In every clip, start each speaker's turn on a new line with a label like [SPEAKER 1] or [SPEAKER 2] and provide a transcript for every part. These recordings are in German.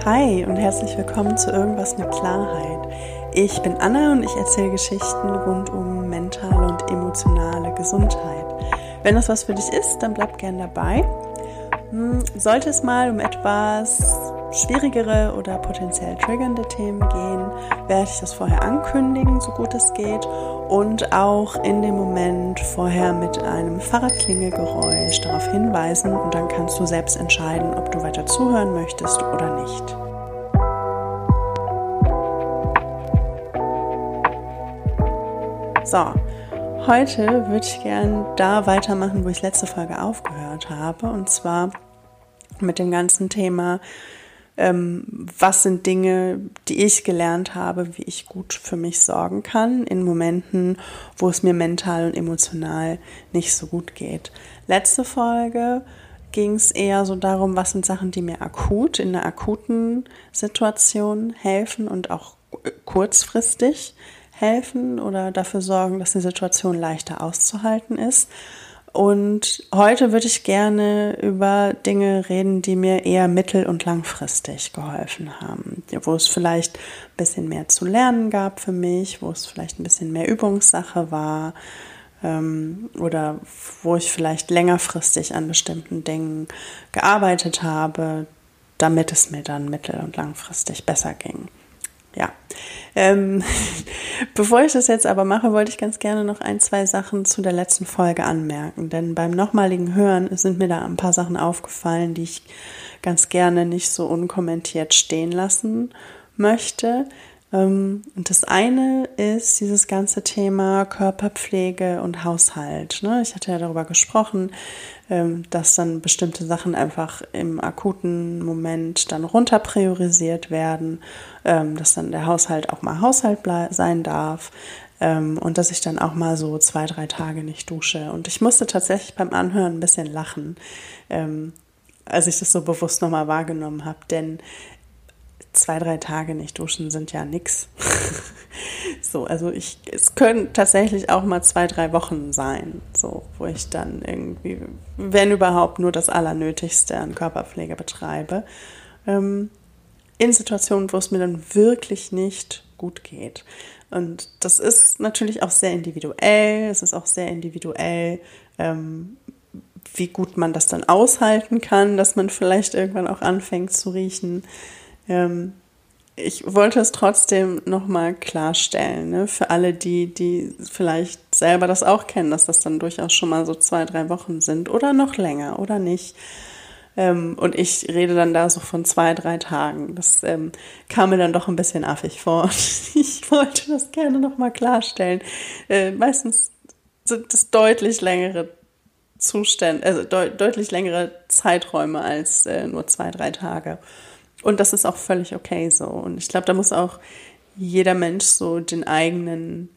[SPEAKER 1] Hi und herzlich willkommen zu Irgendwas mit Klarheit. Ich bin Anna und ich erzähle Geschichten rund um mentale und emotionale Gesundheit. Wenn das was für dich ist, dann bleib gern dabei. Sollte es mal um etwas schwierigere oder potenziell triggernde Themen gehen, werde ich das vorher ankündigen, so gut es geht, und auch in dem Moment vorher mit einem Fahrradklingelgeräusch darauf hinweisen, und dann kannst du selbst entscheiden, ob du weiter zuhören möchtest oder nicht. So, heute würde ich gern da weitermachen, wo ich letzte Folge aufgehört habe, und zwar mit dem ganzen Thema, was sind Dinge, die ich gelernt habe, wie ich gut für mich sorgen kann in Momenten, wo es mir mental und emotional nicht so gut geht. Letzte Folge ging es eher so darum, was sind Sachen, die mir akut in einer akuten Situation helfen und auch kurzfristig helfen oder dafür sorgen, dass die Situation leichter auszuhalten ist. Und heute würde ich gerne über Dinge reden, die mir eher mittel- und langfristig geholfen haben, wo es vielleicht ein bisschen mehr zu lernen gab für mich, wo es vielleicht ein bisschen mehr Übungssache war oder wo ich vielleicht längerfristig an bestimmten Dingen gearbeitet habe, damit es mir dann mittel- und langfristig besser ging. Ja, bevor ich das jetzt aber mache, wollte ich ganz gerne noch ein, zwei Sachen zu der letzten Folge anmerken, denn beim nochmaligen Hören sind mir da ein paar Sachen aufgefallen, die ich ganz gerne nicht so unkommentiert stehen lassen möchte. Und das eine ist dieses ganze Thema Körperpflege und Haushalt. Ich hatte ja darüber gesprochen, dass dann bestimmte Sachen einfach im akuten Moment dann runter priorisiert werden, dass dann der Haushalt auch mal Haushalt sein darf und dass ich dann auch mal so 2-3 Tage nicht dusche. Und ich musste tatsächlich beim Anhören ein bisschen lachen, als ich das so bewusst nochmal wahrgenommen habe, denn 2-3 Tage nicht duschen sind ja nix. So, also es können tatsächlich auch mal 2-3 Wochen sein, so, wo ich dann irgendwie, wenn überhaupt, nur das Allernötigste an Körperpflege betreibe, in Situationen, wo es mir dann wirklich nicht gut geht. Und das ist natürlich auch sehr individuell. Es ist auch sehr individuell, wie gut man das dann aushalten kann, dass man vielleicht irgendwann auch anfängt zu riechen. Ich wollte es trotzdem nochmal klarstellen, für alle, die vielleicht selber das auch kennen, dass das dann durchaus schon mal so 2-3 Wochen sind oder noch länger oder nicht. Und ich rede dann da so von 2-3 Tagen. Das kam mir dann doch ein bisschen affig vor. Ich wollte das gerne nochmal klarstellen. Meistens sind es deutlich längere Zustände, also deutlich längere Zeiträume als nur 2-3 Tage. Und das ist auch völlig okay so. Und ich glaube, da muss auch jeder Mensch so die eigene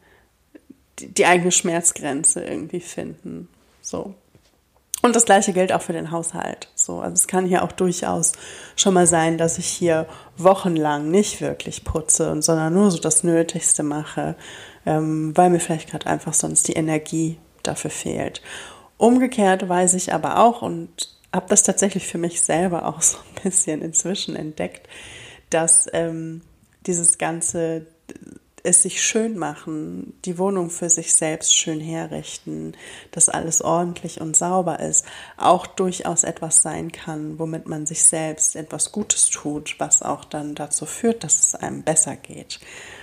[SPEAKER 1] Schmerzgrenze irgendwie finden. So. Und das Gleiche gilt auch für den Haushalt. So, also es kann hier auch durchaus schon mal sein, dass ich hier wochenlang nicht wirklich putze, sondern nur so das Nötigste mache, weil mir vielleicht gerade einfach sonst die Energie dafür fehlt. Umgekehrt weiß ich aber auch und habe das tatsächlich für mich selber auch so ein bisschen inzwischen entdeckt, dass dieses ganze es sich schön machen, die Wohnung für sich selbst schön herrichten, dass alles ordentlich und sauber ist, auch durchaus etwas sein kann, womit man sich selbst etwas Gutes tut, was auch dann dazu führt, dass es einem besser geht.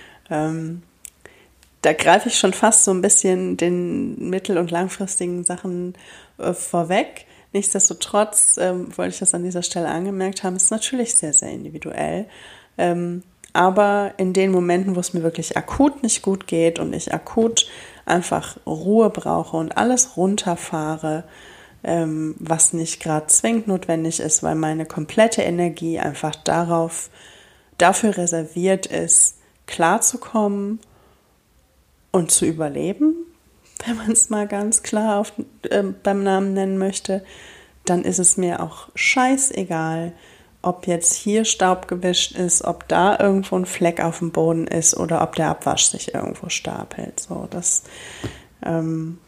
[SPEAKER 1] Da greife ich schon fast so ein bisschen den mittel- und langfristigen Sachen vorweg. Nichtsdestotrotz wollte ich das an dieser Stelle angemerkt haben, ist natürlich sehr, sehr individuell. Aber in den Momenten, wo es mir wirklich akut nicht gut geht und ich akut einfach Ruhe brauche und alles runterfahre, was nicht gerade zwingend notwendig ist, weil meine komplette Energie einfach dafür reserviert ist, klarzukommen und zu überleben, wenn man es mal ganz klar beim Namen nennen möchte, dann ist es mir auch scheißegal, ob jetzt hier Staub gewischt ist, ob da irgendwo ein Fleck auf dem Boden ist oder ob der Abwasch sich irgendwo stapelt. So, das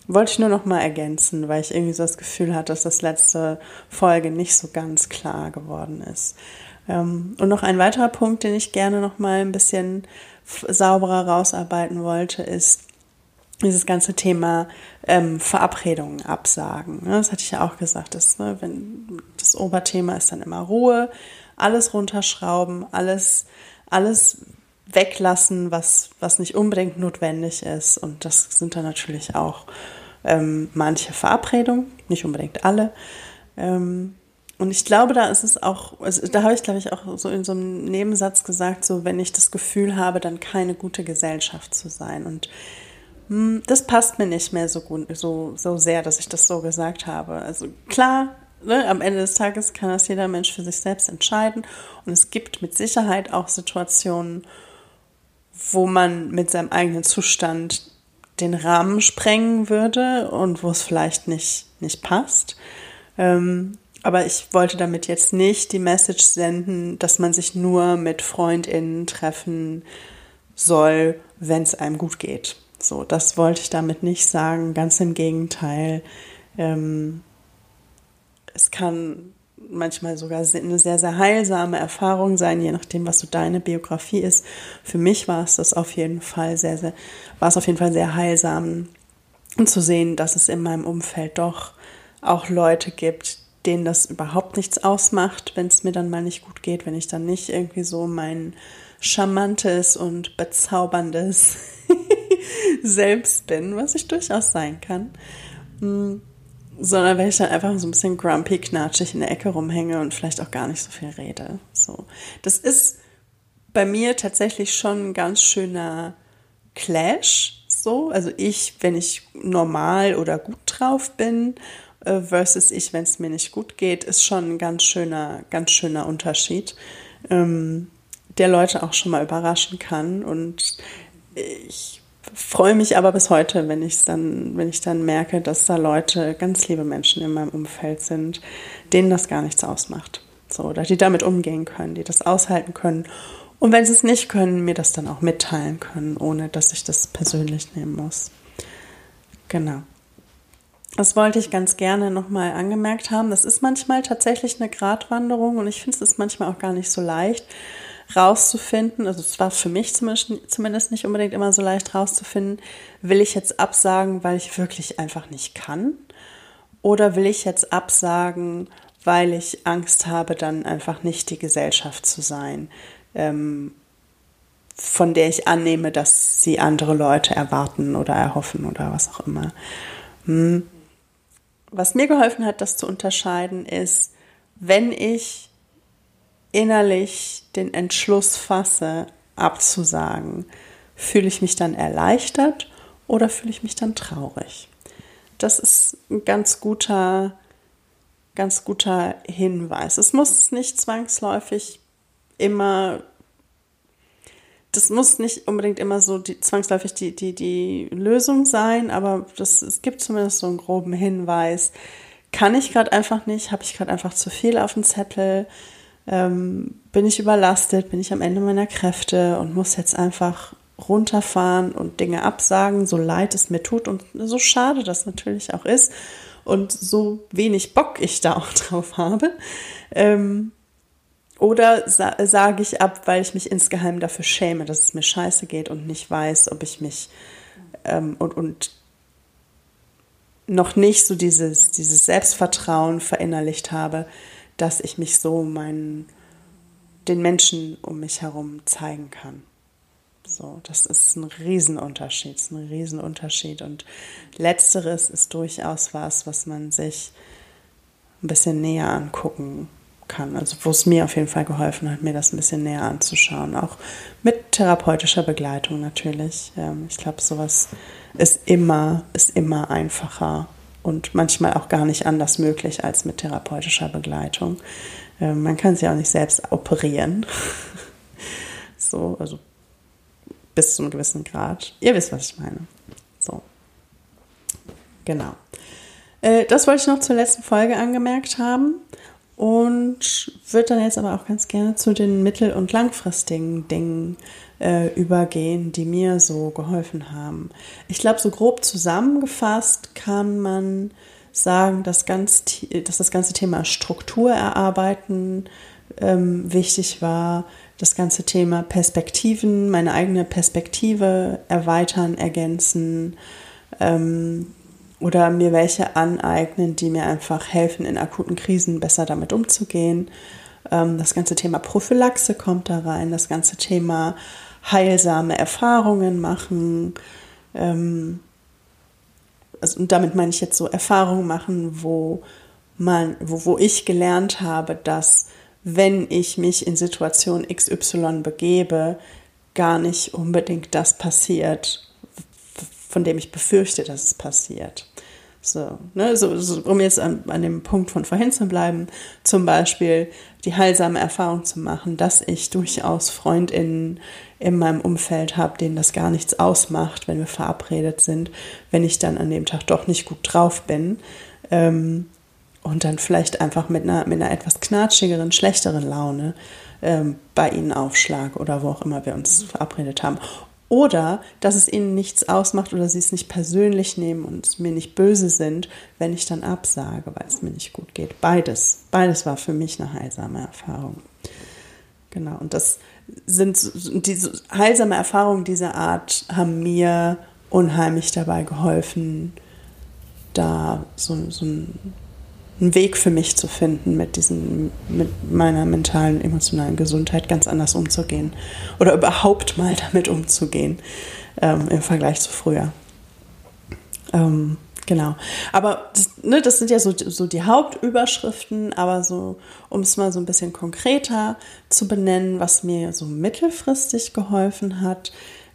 [SPEAKER 1] Wollte ich nur noch mal ergänzen, weil ich irgendwie so das Gefühl hatte, dass das letzte Folge nicht so ganz klar geworden ist. Und noch ein weiterer Punkt, den ich gerne noch mal ein bisschen sauberer rausarbeiten wollte, ist dieses ganze Thema Verabredungen absagen. Das hatte ich ja auch gesagt, wenn das Oberthema ist dann immer Ruhe, alles runterschrauben, alles weglassen, was nicht unbedingt notwendig ist. Und das sind dann natürlich auch manche Verabredungen, nicht unbedingt alle. Und ich glaube, da ist es auch, also da habe ich, glaube ich, auch so in so einem Nebensatz gesagt, so wenn ich das Gefühl habe, dann keine gute Gesellschaft zu sein. Und das passt mir nicht mehr so gut, so sehr, dass ich das so gesagt habe. Also klar, ne, am Ende des Tages kann das jeder Mensch für sich selbst entscheiden. Und es gibt mit Sicherheit auch Situationen, wo man mit seinem eigenen Zustand den Rahmen sprengen würde und wo es vielleicht nicht passt. Aber ich wollte damit jetzt nicht die Message senden, dass man sich nur mit FreundInnen treffen soll, wenn es einem gut geht. So, das wollte ich damit nicht sagen, ganz im Gegenteil. Es kann manchmal sogar eine sehr, sehr heilsame Erfahrung sein, je nachdem, was so deine Biografie ist. Für mich war es das auf jeden Fall sehr heilsam zu sehen, dass es in meinem Umfeld doch auch Leute gibt, denen das überhaupt nichts ausmacht, wenn es mir dann mal nicht gut geht, wenn ich dann nicht irgendwie so mein charmantes und bezauberndes Selbst bin, was ich durchaus sein kann, sondern wenn ich dann einfach so ein bisschen grumpy, knatschig in der Ecke rumhänge und vielleicht auch gar nicht so viel rede. So. Das ist bei mir tatsächlich schon ein ganz schöner Clash, so. Also wenn ich normal oder gut drauf bin, versus ich, wenn es mir nicht gut geht, ist schon ein ganz schöner Unterschied, der Leute auch schon mal überraschen kann. Und ich freue mich aber bis heute, wenn ich dann merke, dass da Leute, ganz liebe Menschen in meinem Umfeld sind, denen das gar nichts ausmacht. So, oder die damit umgehen können, die das aushalten können. Und wenn sie es nicht können, mir das dann auch mitteilen können, ohne dass ich das persönlich nehmen muss. Genau. Das wollte ich ganz gerne nochmal angemerkt haben. Das ist manchmal tatsächlich eine Gratwanderung und ich finde, es ist manchmal auch gar nicht so leicht rauszufinden. Also es war für mich zumindest nicht unbedingt immer so leicht rauszufinden, will ich jetzt absagen, weil ich wirklich einfach nicht kann? Oder will ich jetzt absagen, weil ich Angst habe, dann einfach nicht die Gesellschaft zu sein, von der ich annehme, dass sie andere Leute erwarten oder erhoffen oder was auch immer. Was mir geholfen hat, das zu unterscheiden, ist, wenn ich innerlich den Entschluss fasse, abzusagen, fühle ich mich dann erleichtert oder fühle ich mich dann traurig? Das ist ein ganz guter Hinweis. Es muss nicht zwangsläufig immer, das muss nicht unbedingt immer so zwangsläufig die Lösung sein, aber es gibt zumindest so einen groben Hinweis. Kann ich gerade einfach nicht, habe ich gerade einfach zu viel auf dem Zettel, bin ich überlastet, bin ich am Ende meiner Kräfte und muss jetzt einfach runterfahren und Dinge absagen, so leid es mir tut und so schade das natürlich auch ist und so wenig Bock ich da auch drauf habe. Oder sage ich ab, weil ich mich insgeheim dafür schäme, dass es mir scheiße geht und nicht weiß, ob ich mich und noch nicht so dieses Selbstvertrauen verinnerlicht habe, dass ich mich so den Menschen um mich herum zeigen kann. So, das ist ein Riesenunterschied, und Letzteres ist durchaus was man sich ein bisschen näher angucken kann. Also wo es mir auf jeden Fall geholfen hat, mir das ein bisschen näher anzuschauen, auch mit therapeutischer Begleitung natürlich. Ich glaube, sowas ist immer einfacher und manchmal auch gar nicht anders möglich als mit therapeutischer Begleitung. Man kann sich auch nicht selbst operieren. So, also bis zu einem gewissen Grad. Ihr wisst, was ich meine. So. Genau. Das wollte ich noch zur letzten Folge angemerkt haben. und würde dann jetzt aber auch ganz gerne zu den mittel- und langfristigen Dingen übergehen, die mir so geholfen haben. Ich glaube, so grob zusammengefasst kann man sagen, dass das ganze Thema Struktur erarbeiten wichtig war, das ganze Thema Perspektiven, meine eigene Perspektive erweitern, ergänzen oder mir welche aneignen, die mir einfach helfen, in akuten Krisen besser damit umzugehen. Das ganze Thema Prophylaxe kommt da rein, das ganze Thema heilsame Erfahrungen machen. Und damit meine ich jetzt so Erfahrungen machen, wo ich gelernt habe, dass wenn ich mich in Situation XY begebe, gar nicht unbedingt das passiert, von dem ich befürchte, dass es passiert. So, um jetzt an dem Punkt von vorhin zu bleiben, zum Beispiel die heilsame Erfahrung zu machen, dass ich durchaus FreundInnen in meinem Umfeld habe, denen das gar nichts ausmacht, wenn wir verabredet sind, wenn ich dann an dem Tag doch nicht gut drauf bin und dann vielleicht einfach mit einer etwas knatschigeren, schlechteren Laune bei ihnen aufschlage oder wo auch immer wir uns verabredet haben. Oder, dass es ihnen nichts ausmacht oder sie es nicht persönlich nehmen und mir nicht böse sind, wenn ich dann absage, weil es mir nicht gut geht. Beides war für mich eine heilsame Erfahrung. Genau, und diese heilsame Erfahrungen dieser Art haben mir unheimlich dabei geholfen, da so einen Weg für mich zu finden, mit meiner mentalen, emotionalen Gesundheit ganz anders umzugehen oder überhaupt mal damit umzugehen im Vergleich zu früher. Genau. Aber das sind ja so die Hauptüberschriften, aber so, um es mal so ein bisschen konkreter zu benennen, was mir so mittelfristig geholfen hat,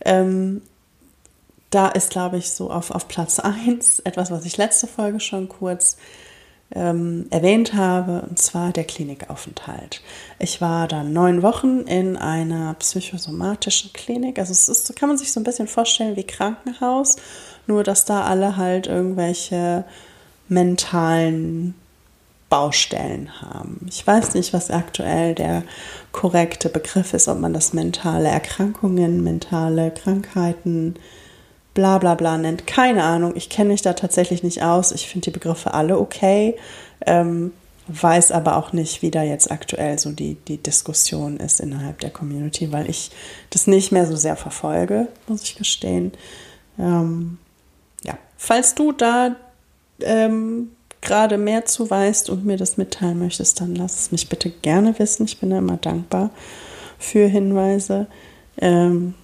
[SPEAKER 1] da ist, glaube ich, so auf Platz 1 etwas, was ich letzte Folge schon kurz erwähnt habe, und zwar der Klinikaufenthalt. Ich war dann 9 Wochen in einer psychosomatischen Klinik. Also kann man sich so ein bisschen vorstellen wie Krankenhaus, nur dass da alle halt irgendwelche mentalen Baustellen haben. Ich weiß nicht, was aktuell der korrekte Begriff ist, ob man das mentale Erkrankungen, mentale Krankheiten, bla bla bla nennt. Keine Ahnung, ich kenne mich da tatsächlich nicht aus. Ich finde die Begriffe alle okay, weiß aber auch nicht, wie da jetzt aktuell so die Diskussion ist innerhalb der Community, weil ich das nicht mehr so sehr verfolge, muss ich gestehen. Ja, falls du da gerade mehr zu weißt und mir das mitteilen möchtest, dann lass es mich bitte gerne wissen. Ich bin da immer dankbar für Hinweise. Genau.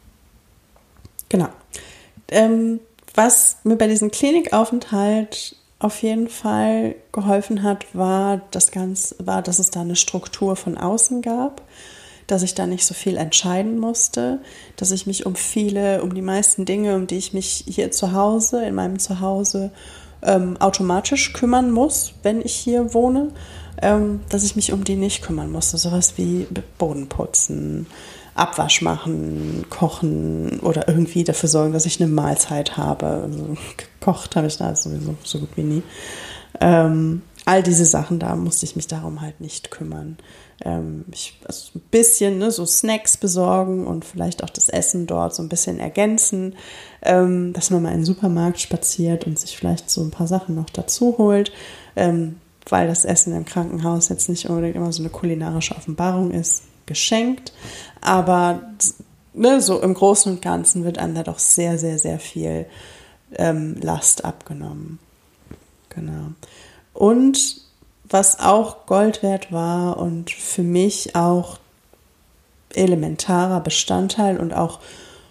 [SPEAKER 1] Was mir bei diesem Klinikaufenthalt auf jeden Fall geholfen hat, war, dass es da eine Struktur von außen gab, dass ich da nicht so viel entscheiden musste, dass ich mich um die meisten Dinge, um die ich mich hier zu Hause, in meinem Zuhause automatisch kümmern muss, wenn ich hier wohne, dass ich mich um die nicht kümmern musste. Sowas wie Boden putzen, Abwasch machen, kochen oder irgendwie dafür sorgen, dass ich eine Mahlzeit habe. Also, gekocht habe ich da sowieso so gut wie nie. All diese Sachen, da musste ich mich darum halt nicht kümmern. Ein bisschen so Snacks besorgen und vielleicht auch das Essen dort so ein bisschen ergänzen, dass man mal in den Supermarkt spaziert und sich vielleicht so ein paar Sachen noch dazu holt, weil das Essen im Krankenhaus jetzt nicht unbedingt immer so eine kulinarische Offenbarung ist, geschenkt. Aber so im Großen und Ganzen wird einem da doch sehr, sehr, sehr viel Last abgenommen. Genau. Und was auch Gold wert war und für mich auch elementarer Bestandteil und auch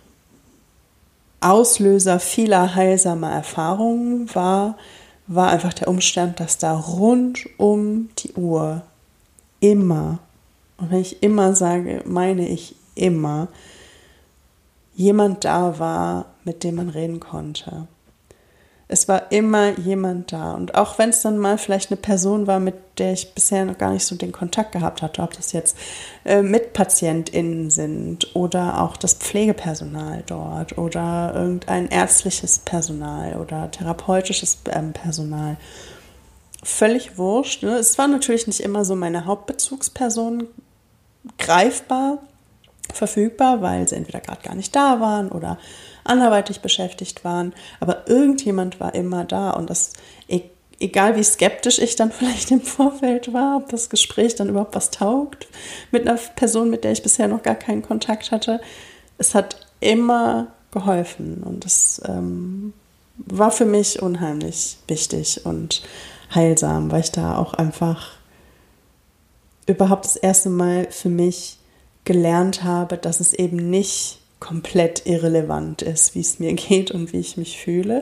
[SPEAKER 1] Auslöser vieler heilsamer Erfahrungen war einfach der Umstand, dass da rund um die Uhr immer, und wenn ich immer sage, meine ich immer, jemand da war, mit dem man reden konnte. Es war immer jemand da. Und auch wenn es dann mal vielleicht eine Person war, mit der ich bisher noch gar nicht so den Kontakt gehabt hatte, ob das jetzt MitpatientInnen sind oder auch das Pflegepersonal dort oder irgendein ärztliches Personal oder therapeutisches Personal. völlig wurscht. Ne? Es war natürlich nicht immer so meine Hauptbezugsperson greifbar, verfügbar, weil sie entweder gerade gar nicht da waren oder anderweitig beschäftigt waren. Aber irgendjemand war immer da und das, egal wie skeptisch ich dann vielleicht im Vorfeld war, ob das Gespräch dann überhaupt was taugt mit einer Person, mit der ich bisher noch gar keinen Kontakt hatte, es hat immer geholfen und es war für mich unheimlich wichtig und heilsam, weil ich da auch einfach überhaupt das erste Mal für mich gelernt habe, dass es eben nicht komplett irrelevant ist, wie es mir geht und wie ich mich fühle.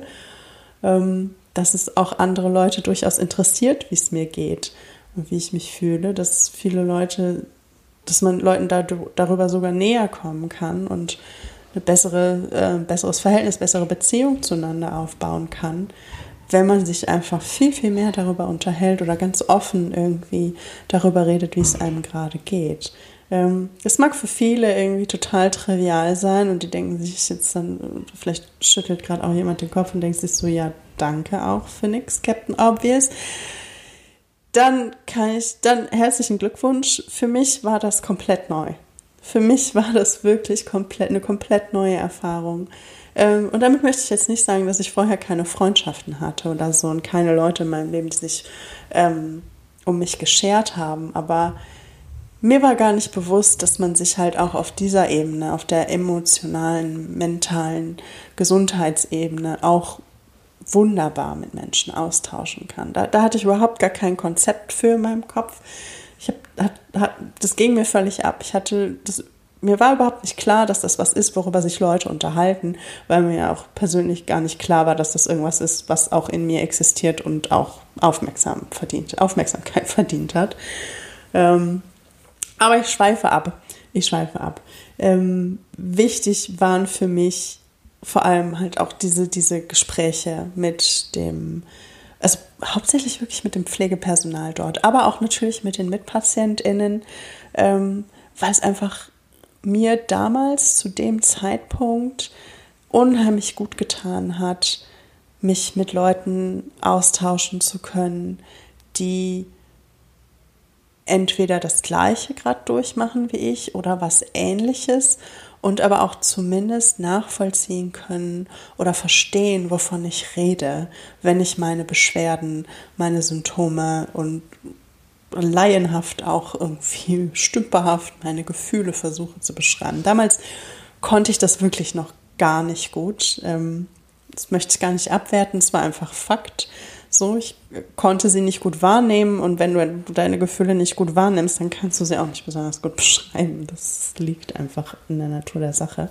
[SPEAKER 1] Dass es auch andere Leute durchaus interessiert, wie es mir geht und wie ich mich fühle. Dass viele Leute, dass man Leuten darüber sogar näher kommen kann und ein besseres Verhältnis, bessere Beziehung zueinander aufbauen kann, wenn man sich einfach viel, viel mehr darüber unterhält oder ganz offen irgendwie darüber redet, wie es einem gerade geht. Es mag für viele irgendwie total trivial sein und die denken sich jetzt dann, vielleicht schüttelt gerade auch jemand den Kopf und denkt sich so, ja, danke auch für nix, Captain Obvious. Dann herzlichen Glückwunsch. Für mich war das komplett neu. Für mich war das wirklich eine komplett neue Erfahrung. Und damit möchte ich jetzt nicht sagen, dass ich vorher keine Freundschaften hatte oder so und keine Leute in meinem Leben, die sich um mich geschert haben. Aber mir war gar nicht bewusst, dass man sich halt auch auf dieser Ebene, auf der emotionalen, mentalen Gesundheitsebene auch wunderbar mit Menschen austauschen kann. Da hatte ich überhaupt gar kein Konzept für in meinem Kopf. Das ging mir völlig ab. Mir war überhaupt nicht klar, dass das was ist, worüber sich Leute unterhalten, weil mir auch persönlich gar nicht klar war, dass das irgendwas ist, was auch in mir existiert und auch Aufmerksamkeit verdient hat. Aber ich schweife ab. Wichtig waren für mich vor allem halt auch diese Gespräche mit dem, also hauptsächlich wirklich mit dem Pflegepersonal dort, aber auch natürlich mit den MitpatientInnen, weil es einfach mir damals zu dem Zeitpunkt unheimlich gut getan hat, mich mit Leuten austauschen zu können, die entweder das Gleiche gerade durchmachen wie ich oder was Ähnliches und aber auch zumindest nachvollziehen können oder verstehen, wovon ich rede, wenn ich meine Beschwerden, meine Symptome und laienhaft auch irgendwie stümperhaft meine Gefühle versuche zu beschreiben. Damals konnte ich das wirklich noch gar nicht gut. Das möchte ich gar nicht abwerten, es war einfach Fakt. So, ich konnte sie nicht gut wahrnehmen und wenn du deine Gefühle nicht gut wahrnimmst, dann kannst du sie auch nicht besonders gut beschreiben. Das liegt einfach in der Natur der Sache.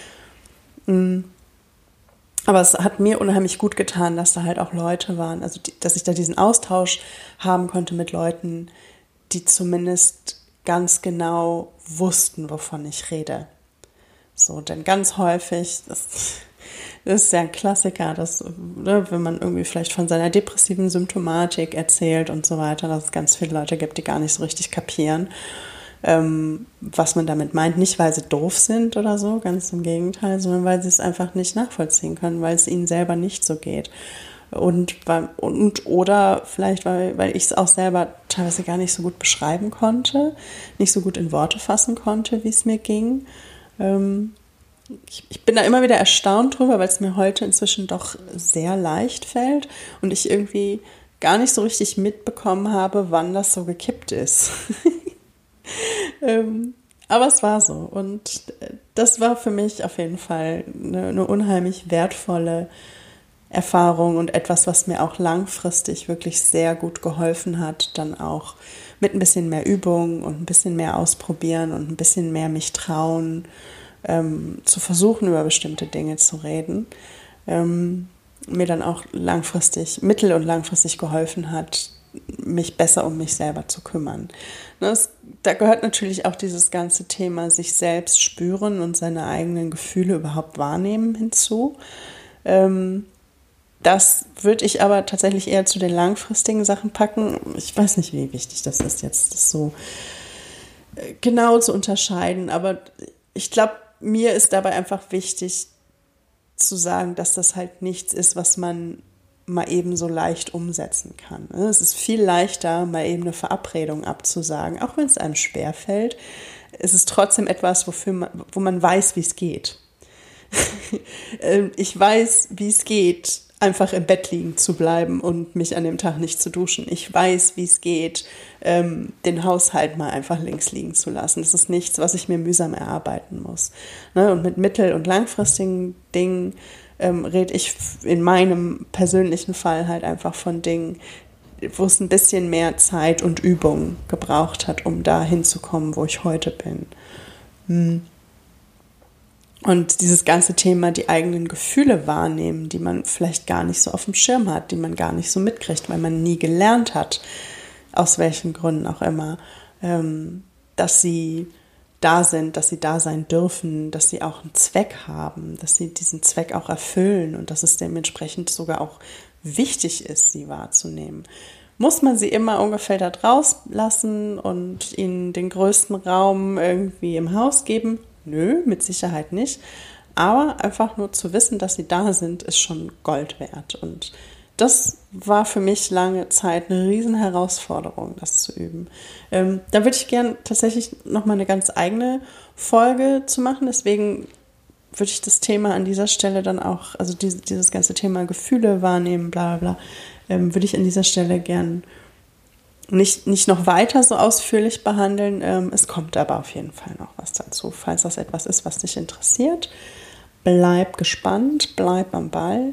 [SPEAKER 1] Aber es hat mir unheimlich gut getan, dass da halt auch Leute waren, also dass ich da diesen Austausch haben konnte mit Leuten, die zumindest ganz genau wussten, wovon ich rede. So, denn ganz häufig, das ist ja ein Klassiker, dass, wenn man irgendwie vielleicht von seiner depressiven Symptomatik erzählt und so weiter, dass es ganz viele Leute gibt, die gar nicht so richtig kapieren, was man damit meint. Nicht, weil sie doof sind oder so, ganz im Gegenteil, sondern weil sie es einfach nicht nachvollziehen können, weil es ihnen selber nicht so geht. Oder vielleicht, weil ich es auch selber teilweise gar nicht so gut beschreiben konnte, nicht so gut in Worte fassen konnte, wie es mir ging. Ich bin da immer wieder erstaunt drüber, weil es mir heute inzwischen doch sehr leicht fällt und ich irgendwie gar nicht so richtig mitbekommen habe, wann das so gekippt ist. Aber es war so und das war für mich auf jeden Fall eine unheimlich wertvolle Erfahrung und etwas, was mir auch langfristig wirklich sehr gut geholfen hat, dann auch mit ein bisschen mehr Übung und ein bisschen mehr ausprobieren und ein bisschen mehr mich trauen, zu versuchen, über bestimmte Dinge zu reden, mir dann auch mittel- und langfristig geholfen hat, mich besser um mich selber zu kümmern. Da gehört natürlich auch dieses ganze Thema sich selbst spüren und seine eigenen Gefühle überhaupt wahrnehmen hinzu. Das würde ich aber tatsächlich eher zu den langfristigen Sachen packen. Ich weiß nicht, wie wichtig das ist, jetzt das so genau zu unterscheiden, aber ich glaube, mir ist dabei einfach wichtig zu sagen, dass das halt nichts ist, was man mal eben so leicht umsetzen kann. Es ist viel leichter, mal eben eine Verabredung abzusagen, auch wenn es einem schwerfällt. Es ist trotzdem etwas, wo man weiß, wie es geht. Ich weiß, wie es geht, einfach im Bett liegen zu bleiben und mich an dem Tag nicht zu duschen. Ich weiß, wie es geht, den Haushalt mal einfach links liegen zu lassen. Das ist nichts, was ich mir mühsam erarbeiten muss. Und mit mittel- und langfristigen Dingen rede ich in meinem persönlichen Fall halt einfach von Dingen, wo es ein bisschen mehr Zeit und Übung gebraucht hat, um da hinzukommen, wo ich heute bin. Und dieses ganze Thema, die eigenen Gefühle wahrnehmen, die man vielleicht gar nicht so auf dem Schirm hat, die man gar nicht so mitkriegt, weil man nie gelernt hat, aus welchen Gründen auch immer, dass sie da sind, dass sie da sein dürfen, dass sie auch einen Zweck haben, dass sie diesen Zweck auch erfüllen und dass es dementsprechend sogar auch wichtig ist, sie wahrzunehmen. Muss man sie immer ungefähr da draus lassen und ihnen den größten Raum irgendwie im Haus geben? Nö, mit Sicherheit nicht. Aber einfach nur zu wissen, dass sie da sind, ist schon Gold wert. Und das war für mich lange Zeit eine riesen Herausforderung, das zu üben. Da würde ich gern tatsächlich nochmal eine ganz eigene Folge zu machen. Deswegen würde ich das Thema an dieser Stelle dann auch, also dieses ganze Thema Gefühle wahrnehmen, bla bla bla, würde ich an dieser Stelle gern nicht noch weiter so ausführlich behandeln. Es kommt aber auf jeden Fall noch was dazu. Falls das etwas ist, was dich interessiert, bleib gespannt, bleib am Ball.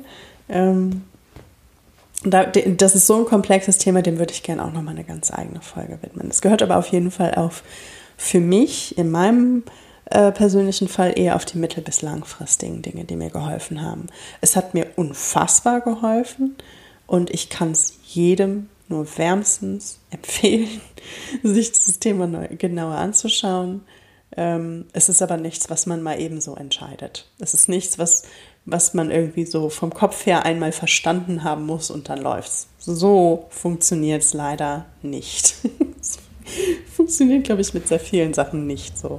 [SPEAKER 1] Das ist so ein komplexes Thema, dem würde ich gerne auch nochmal eine ganz eigene Folge widmen. Es gehört aber auf jeden Fall auch für mich in meinem persönlichen Fall eher auf die mittel- bis langfristigen Dinge, die mir geholfen haben. Es hat mir unfassbar geholfen und ich kann es jedem nur wärmstens empfehlen, sich dieses Thema genauer anzuschauen. Es ist aber nichts, was man mal eben so entscheidet. Es ist nichts, was man irgendwie so vom Kopf her einmal verstanden haben muss und dann läuft's. So funktioniert es leider nicht. Es funktioniert, glaube ich, mit sehr vielen Sachen nicht so.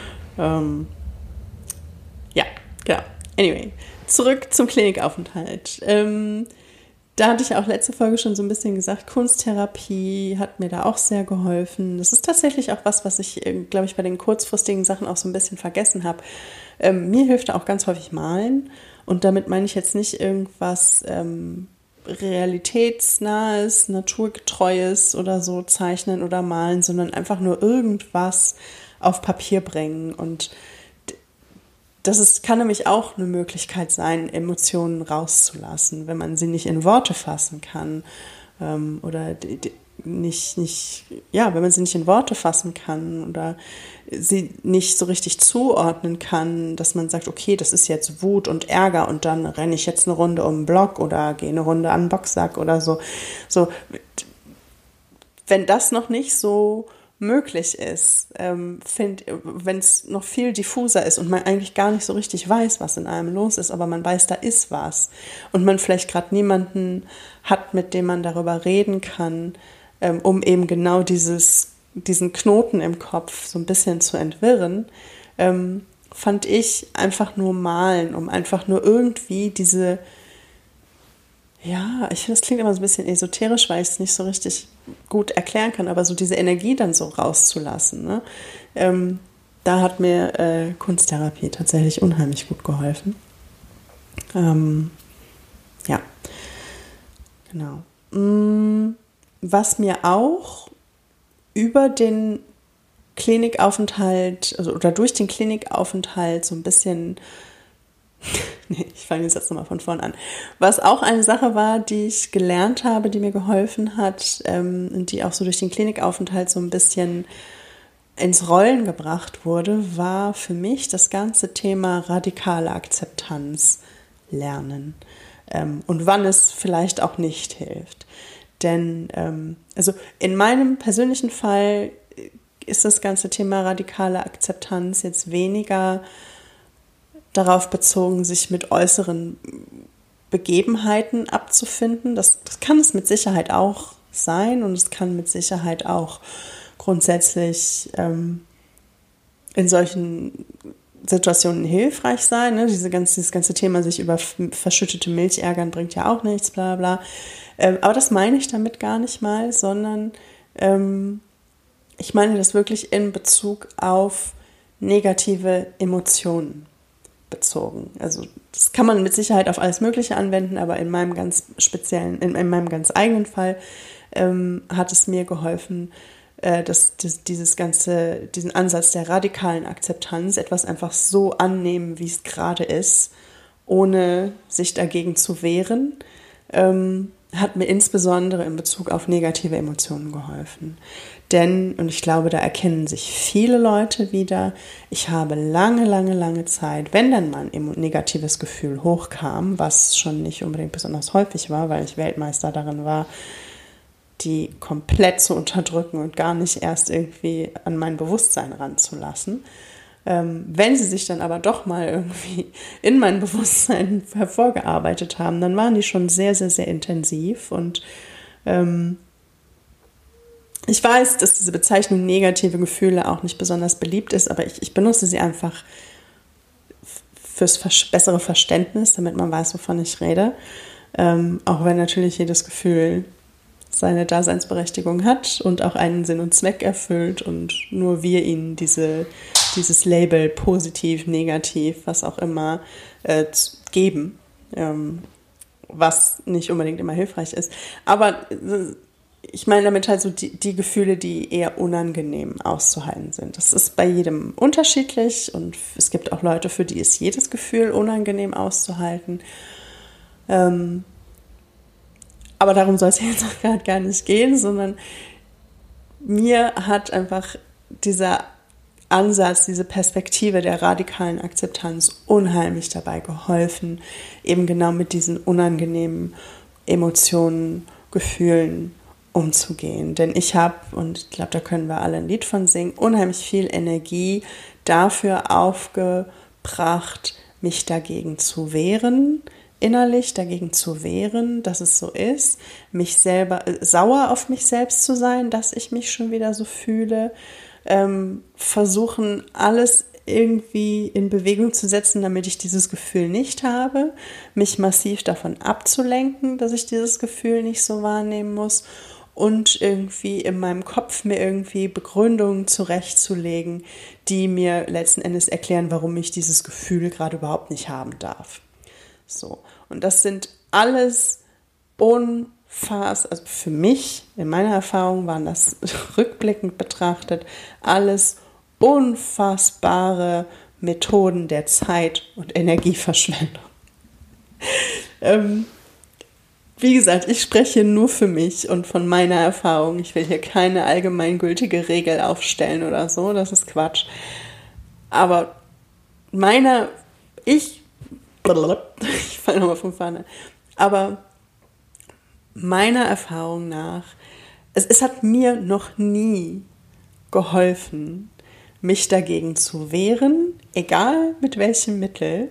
[SPEAKER 1] Ja, genau. Anyway, zurück zum Klinikaufenthalt. Da hatte ich auch letzte Folge schon so ein bisschen gesagt, Kunsttherapie hat mir da auch sehr geholfen. Das ist tatsächlich auch was ich, glaube ich, bei den kurzfristigen Sachen auch so ein bisschen vergessen habe. Mir hilft da auch ganz häufig Malen. Und damit meine ich jetzt nicht irgendwas realitätsnahes, naturgetreues oder so zeichnen oder malen, sondern einfach nur irgendwas auf Papier bringen. Und kann nämlich auch eine Möglichkeit sein, Emotionen rauszulassen, wenn man sie nicht in Worte fassen kann oder wenn man sie nicht in Worte fassen kann oder sie nicht so richtig zuordnen kann, dass man sagt, okay, das ist jetzt Wut und Ärger und dann renne ich jetzt eine Runde um den Block oder gehe eine Runde an den Boxsack oder so. So, wenn das noch nicht so möglich ist, wenn es noch viel diffuser ist und man eigentlich gar nicht so richtig weiß, was in einem los ist, aber man weiß, da ist was und man vielleicht gerade niemanden hat, mit dem man darüber reden kann, um eben genau diesen Knoten im Kopf so ein bisschen zu entwirren, fand ich einfach nur malen, um einfach nur irgendwie diese, ja, ich finde, das klingt immer so ein bisschen esoterisch, weil ich es nicht so richtig gut erklären kann, aber so diese Energie dann so rauszulassen, ne? Da hat mir Kunsttherapie tatsächlich unheimlich gut geholfen. Ja, genau. Was mir auch über den Klinikaufenthalt, also oder durch den Klinikaufenthalt so ein bisschen nee, ich fange jetzt nochmal von vorn an. Was auch eine Sache war, die ich gelernt habe, die mir geholfen hat und die auch so durch den Klinikaufenthalt so ein bisschen ins Rollen gebracht wurde, war für mich das ganze Thema radikale Akzeptanz lernen und wann es vielleicht auch nicht hilft. Denn also in meinem persönlichen Fall ist das ganze Thema radikale Akzeptanz jetzt weniger darauf bezogen, sich mit äußeren Begebenheiten abzufinden. Das kann es mit Sicherheit auch sein und es kann mit Sicherheit auch grundsätzlich in solchen Situationen hilfreich sein. Ne? Dieses ganze Thema, sich über verschüttete Milch ärgern, bringt ja auch nichts, bla bla. Aber das meine ich damit gar nicht mal, sondern ich meine das wirklich in Bezug auf negative Emotionen bezogen. Also das kann man mit Sicherheit auf alles Mögliche anwenden, aber in meinem ganz speziellen, in meinem ganz eigenen Fall hat es mir geholfen, diesen Ansatz der radikalen Akzeptanz, etwas einfach so annehmen, wie es gerade ist, ohne sich dagegen zu wehren, hat mir insbesondere in Bezug auf negative Emotionen geholfen. Denn, und ich glaube, da erkennen sich viele Leute wieder, ich habe lange Zeit, wenn dann mal ein negatives Gefühl hochkam, was schon nicht unbedingt besonders häufig war, weil ich Weltmeister darin war, die komplett zu unterdrücken und gar nicht erst irgendwie an mein Bewusstsein ranzulassen. Wenn sie sich dann aber doch mal irgendwie in mein Bewusstsein hervorgearbeitet haben, dann waren die schon sehr intensiv. Und ich weiß, dass diese Bezeichnung negative Gefühle auch nicht besonders beliebt ist, aber ich benutze sie einfach fürs bessere Verständnis, damit man weiß, wovon ich rede. Auch wenn natürlich jedes Gefühl seine Daseinsberechtigung hat und auch einen Sinn und Zweck erfüllt und nur wir ihnen dieses Label positiv, negativ, was auch immer, geben, was nicht unbedingt immer hilfreich ist. Aber ich meine damit halt so die Gefühle, die eher unangenehm auszuhalten sind. Das ist bei jedem unterschiedlich und es gibt auch Leute, für die ist jedes Gefühl unangenehm auszuhalten. Aber darum soll es jetzt auch gerade gar nicht gehen, sondern mir hat einfach dieser Ansatz, diese Perspektive der radikalen Akzeptanz unheimlich dabei geholfen, eben genau mit diesen unangenehmen Emotionen, Gefühlen umzugehen. Denn ich habe, und ich glaube, da können wir alle ein Lied von singen, unheimlich viel Energie dafür aufgebracht, mich dagegen zu wehren, innerlich dagegen zu wehren, dass es so ist, mich selber sauer auf mich selbst zu sein, dass ich mich schon wieder so fühle, versuchen alles irgendwie in Bewegung zu setzen, damit ich dieses Gefühl nicht habe, mich massiv davon abzulenken, dass ich dieses Gefühl nicht so wahrnehmen muss und irgendwie in meinem Kopf mir irgendwie Begründungen zurechtzulegen, die mir letzten Endes erklären, warum ich dieses Gefühl gerade überhaupt nicht haben darf. So. Und das sind alles also für mich, in meiner Erfahrung waren das rückblickend betrachtet, alles unfassbare Methoden der Zeit- und Energieverschwendung. Wie gesagt, ich spreche nur für mich und von meiner Erfahrung. Ich will hier keine allgemeingültige Regel aufstellen oder so, das ist Quatsch. Aber ich falle nochmal von vorne. Aber meiner Erfahrung nach, es hat mir noch nie geholfen, mich dagegen zu wehren, egal mit welchem Mittel,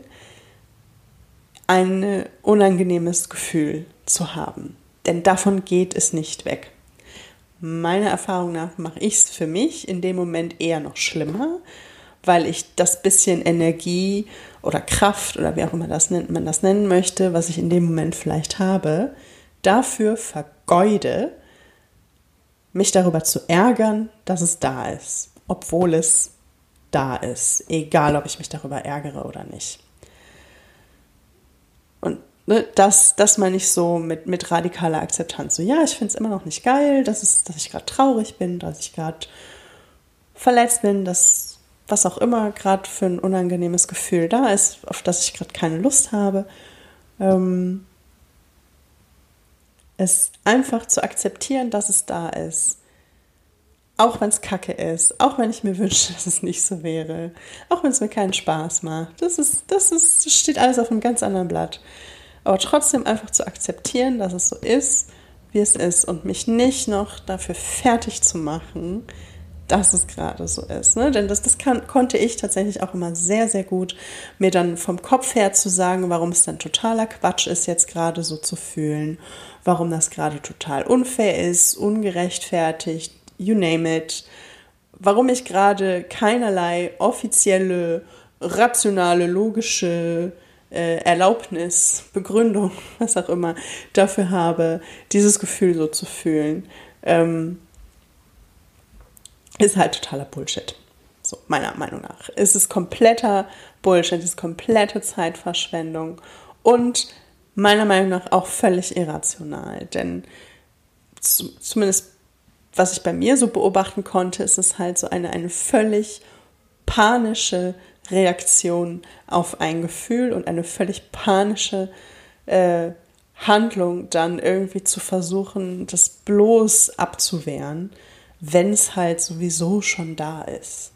[SPEAKER 1] ein unangenehmes Gefühl zu haben. Denn davon geht es nicht weg. Meiner Erfahrung nach mache ich es für mich in dem Moment eher noch schlimmer, weil ich das bisschen Energie oder Kraft oder wie auch immer man das nennen möchte, was ich in dem Moment vielleicht habe, dafür vergeude, mich darüber zu ärgern, dass es da ist, obwohl es da ist, egal ob ich mich darüber ärgere oder nicht. Und das meine ich so mit radikaler Akzeptanz. So, ja, ich finde es immer noch nicht geil, dass ich gerade traurig bin, dass ich gerade verletzt bin, dass was auch immer gerade für ein unangenehmes Gefühl da ist, auf das ich gerade keine Lust habe. Es einfach zu akzeptieren, dass es da ist. Auch wenn es kacke ist, auch wenn ich mir wünsche, dass es nicht so wäre, auch wenn es mir keinen Spaß macht. Das steht alles auf einem ganz anderen Blatt. Aber trotzdem einfach zu akzeptieren, dass es so ist, wie es ist und mich nicht noch dafür fertig zu machen, dass es gerade so ist. Ne? Denn konnte ich tatsächlich auch immer sehr gut mir dann vom Kopf her zu sagen, warum es dann totaler Quatsch ist, jetzt gerade so zu fühlen, warum das gerade total unfair ist, ungerechtfertigt, you name it, warum ich gerade keinerlei offizielle rationale, logische Erlaubnis, Begründung, was auch immer, dafür habe, dieses Gefühl so zu fühlen, ist halt totaler Bullshit. So, meiner Meinung nach. Es ist kompletter Bullshit, es ist komplette Zeitverschwendung und meiner Meinung nach auch völlig irrational. Denn zumindest, was ich bei mir so beobachten konnte, ist es halt so eine völlig panische Reaktion auf ein Gefühl und eine völlig panische Handlung, dann irgendwie zu versuchen, das bloß abzuwehren, wenn es halt sowieso schon da ist.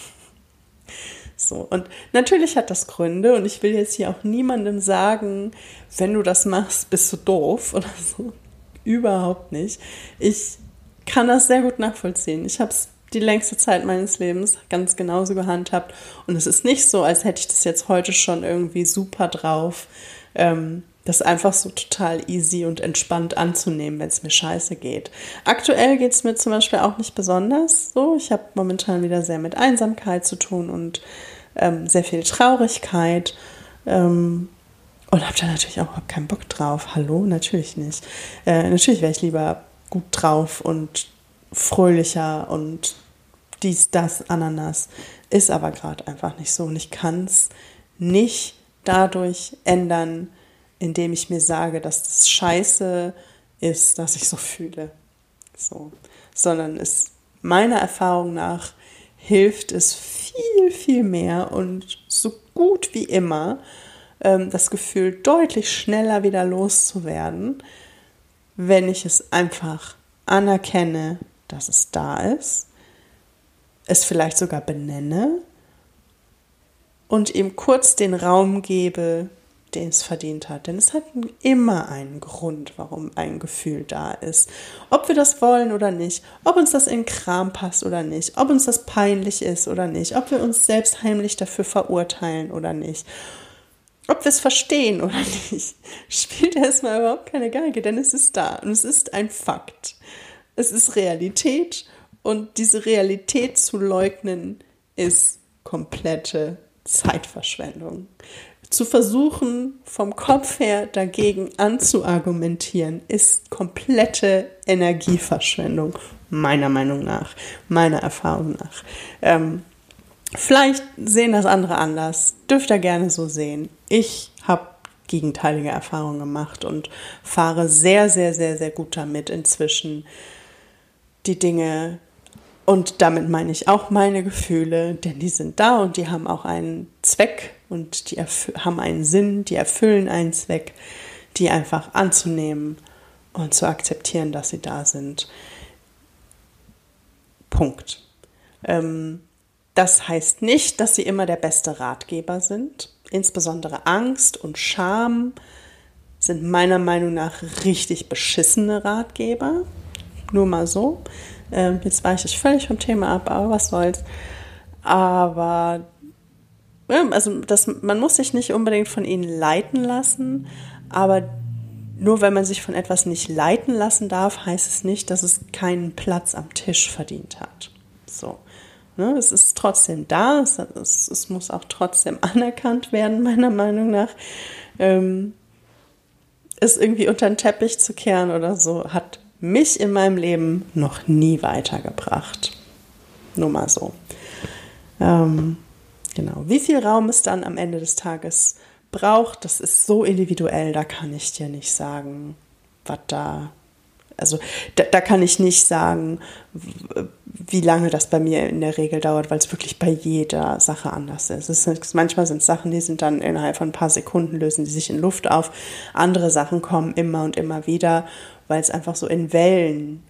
[SPEAKER 1] So, und natürlich hat das Gründe und ich will jetzt hier auch niemandem sagen, wenn du das machst, bist du doof oder so. Überhaupt nicht. Ich kann das sehr gut nachvollziehen. Ich habe es die längste Zeit meines Lebens ganz genauso gehandhabt und es ist nicht so, als hätte ich das jetzt heute schon irgendwie super drauf, das einfach so total easy und entspannt anzunehmen, wenn es mir scheiße geht. Aktuell geht es mir zum Beispiel auch nicht besonders so. Ich habe momentan wieder sehr mit Einsamkeit zu tun und sehr viel Traurigkeit und habe da natürlich auch überhaupt keinen Bock drauf. Hallo? Natürlich nicht. Natürlich wäre ich lieber gut drauf und fröhlicher und dies, das, Ananas. Ist aber gerade einfach nicht so und ich kann es nicht dadurch ändern, indem ich mir sage, dass das scheiße ist, dass ich so fühle. So. Sondern es meiner Erfahrung nach hilft es viel, viel mehr und so gut wie immer, das Gefühl deutlich schneller wieder loszuwerden, wenn ich es einfach anerkenne, dass es da ist, es vielleicht sogar benenne und ihm kurz den Raum gebe, den es verdient hat. Denn es hat immer einen Grund, warum ein Gefühl da ist. Ob wir das wollen oder nicht, ob uns das in den Kram passt oder nicht, ob uns das peinlich ist oder nicht, ob wir uns selbst heimlich dafür verurteilen oder nicht, ob wir es verstehen oder nicht, spielt erstmal überhaupt keine Geige, denn es ist da und es ist ein Fakt. Es ist Realität und diese Realität zu leugnen ist komplette Zeitverschwendung. Zu versuchen, vom Kopf her dagegen anzuargumentieren, ist komplette Energieverschwendung, meiner Meinung nach, meiner Erfahrung nach. Vielleicht sehen das andere anders, dürft ihr gerne so sehen. Ich habe gegenteilige Erfahrungen gemacht und fahre sehr, sehr, sehr, sehr gut damit inzwischen, die Dinge, und damit meine ich auch meine Gefühle, denn die sind da und die haben auch einen Zweck und die haben einen Sinn, die erfüllen einen Zweck, die einfach anzunehmen und zu akzeptieren, dass sie da sind. Punkt. Das heißt nicht, dass sie immer der beste Ratgeber sind. Insbesondere Angst und Scham sind meiner Meinung nach richtig beschissene Ratgeber. Nur mal so. Jetzt weiche ich völlig vom Thema ab, aber was soll's. Aber also man muss sich nicht unbedingt von ihnen leiten lassen, aber nur wenn man sich von etwas nicht leiten lassen darf, heißt es nicht, dass es keinen Platz am Tisch verdient hat. So. Ne, es ist trotzdem da, es muss auch trotzdem anerkannt werden, meiner Meinung nach. Es irgendwie unter den Teppich zu kehren oder so, hat mich in meinem Leben noch nie weitergebracht. Nur mal so. Genau. Wie viel Raum es dann am Ende des Tages braucht, das ist so individuell, da kann ich dir nicht sagen, was da. Also da kann ich nicht sagen, wie lange das bei mir in der Regel dauert, weil es wirklich bei jeder Sache anders ist. Manchmal sind es Sachen, die sind dann innerhalb von ein paar Sekunden, lösen die sich in Luft auf. Andere Sachen kommen immer und immer wieder, weil es einfach so in Wellen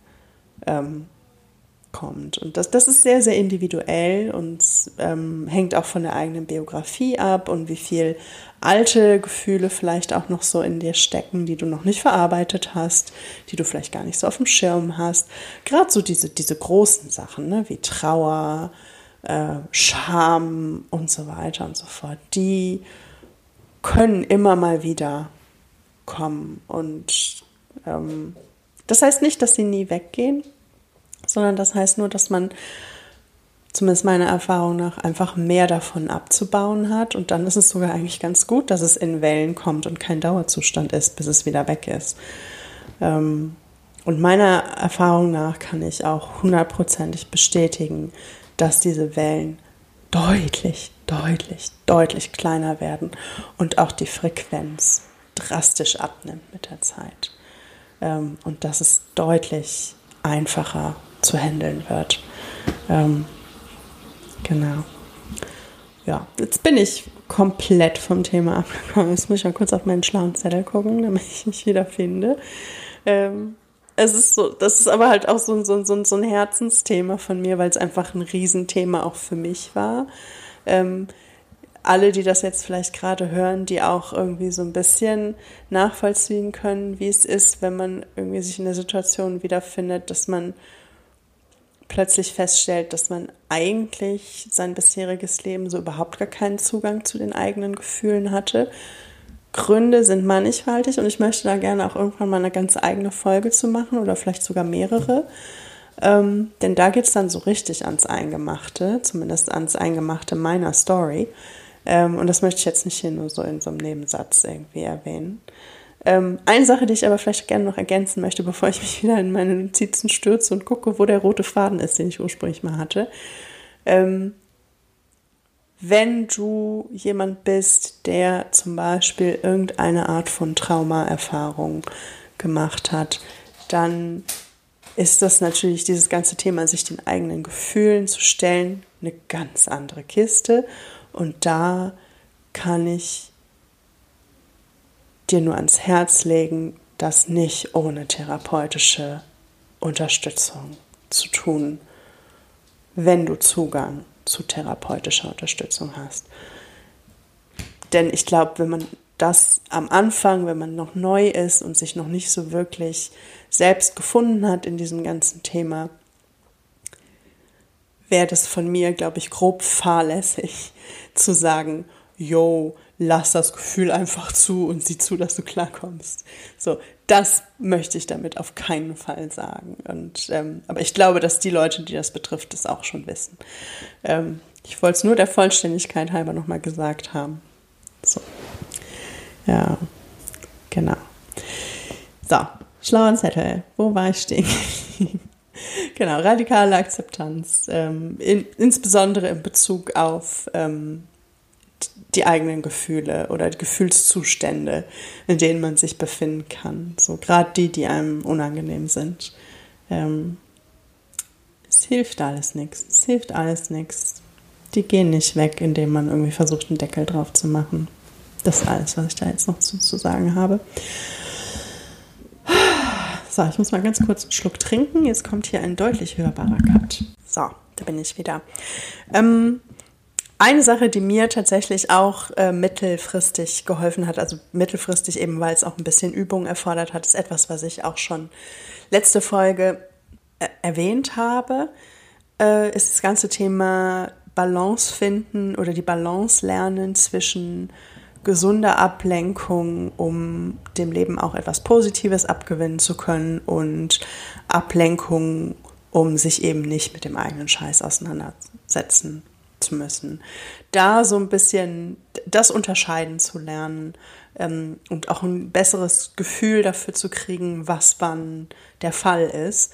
[SPEAKER 1] kommt. Und das ist sehr, sehr individuell und hängt auch von der eigenen Biografie ab und wie viel alte Gefühle vielleicht auch noch so in dir stecken, die du noch nicht verarbeitet hast, die du vielleicht gar nicht so auf dem Schirm hast. Gerade so diese großen Sachen, ne, wie Trauer, Scham und so weiter und so fort, die können immer mal wieder kommen. Und das heißt nicht, dass sie nie weggehen, sondern das heißt nur, dass man zumindest meiner Erfahrung nach, einfach mehr davon abzubauen hat. Und dann ist es sogar eigentlich ganz gut, dass es in Wellen kommt und kein Dauerzustand ist, bis es wieder weg ist. Und meiner Erfahrung nach kann ich auch 100%ig bestätigen, dass diese Wellen deutlich, deutlich, deutlich kleiner werden und auch die Frequenz drastisch abnimmt mit der Zeit. Und dass es deutlich einfacher zu handeln wird. Genau. Ja, jetzt bin ich komplett vom Thema abgekommen. Jetzt muss ich mal kurz auf meinen schlauen Zettel gucken, damit ich mich wiederfinde. Es ist so, das ist aber halt auch so ein Herzensthema von mir, weil es einfach ein Riesenthema auch für mich war. Alle, die das jetzt vielleicht gerade hören, die auch irgendwie so ein bisschen nachvollziehen können, wie es ist, wenn man irgendwie sich in der Situation wiederfindet, dass man plötzlich feststellt, dass man eigentlich sein bisheriges Leben so überhaupt gar keinen Zugang zu den eigenen Gefühlen hatte. Gründe sind mannigfaltig und ich möchte da gerne auch irgendwann mal eine ganz eigene Folge zu machen oder vielleicht sogar mehrere. Denn da geht es dann so richtig ans Eingemachte, zumindest ans Eingemachte meiner Story. Und das möchte ich jetzt nicht hier nur so in so einem Nebensatz irgendwie erwähnen. Eine Sache, die ich aber vielleicht gerne noch ergänzen möchte, bevor ich mich wieder in meine Notizen stürze und gucke, wo der rote Faden ist, den ich ursprünglich mal hatte. Wenn du jemand bist, der zum Beispiel irgendeine Art von Traumaerfahrung gemacht hat, dann ist das natürlich dieses ganze Thema, sich den eigenen Gefühlen zu stellen, eine ganz andere Kiste. Und da kann ich dir nur ans Herz legen, das nicht ohne therapeutische Unterstützung zu tun, wenn du Zugang zu therapeutischer Unterstützung hast. Denn ich glaube, wenn man das am Anfang, wenn man noch neu ist und sich noch nicht so wirklich selbst gefunden hat in diesem ganzen Thema, wäre das von mir, glaube ich, grob fahrlässig zu sagen, yo, lass das Gefühl einfach zu und sieh zu, dass du klarkommst. So, das möchte ich damit auf keinen Fall sagen. Und, aber ich glaube, dass die Leute, die das betrifft, das auch schon wissen. Ich wollte es nur der Vollständigkeit halber nochmal gesagt haben. So, ja, genau. So, schlauer Zettel. Wo war ich stehen? Genau, radikale Akzeptanz, insbesondere in Bezug auf die eigenen Gefühle oder die Gefühlszustände, in denen man sich befinden kann. So gerade die einem unangenehm sind. Es hilft alles nichts. Es hilft alles nichts. Die gehen nicht weg, indem man irgendwie versucht, einen Deckel drauf zu machen. Das ist alles, was ich da jetzt noch zu sagen habe. So, ich muss mal ganz kurz einen Schluck trinken. Jetzt kommt hier ein deutlich hörbarer Cut. So, da bin ich wieder. Eine Sache, die mir tatsächlich auch mittelfristig geholfen hat, also mittelfristig eben, weil es auch ein bisschen Übung erfordert hat, ist etwas, was ich auch schon letzte Folge erwähnt habe, ist das ganze Thema Balance finden oder die Balance lernen zwischen gesunder Ablenkung, um dem Leben auch etwas Positives abgewinnen zu können, und Ablenkung, um sich eben nicht mit dem eigenen Scheiß auseinandersetzen zu müssen. Da so ein bisschen das unterscheiden zu lernen und auch ein besseres Gefühl dafür zu kriegen, was wann der Fall ist.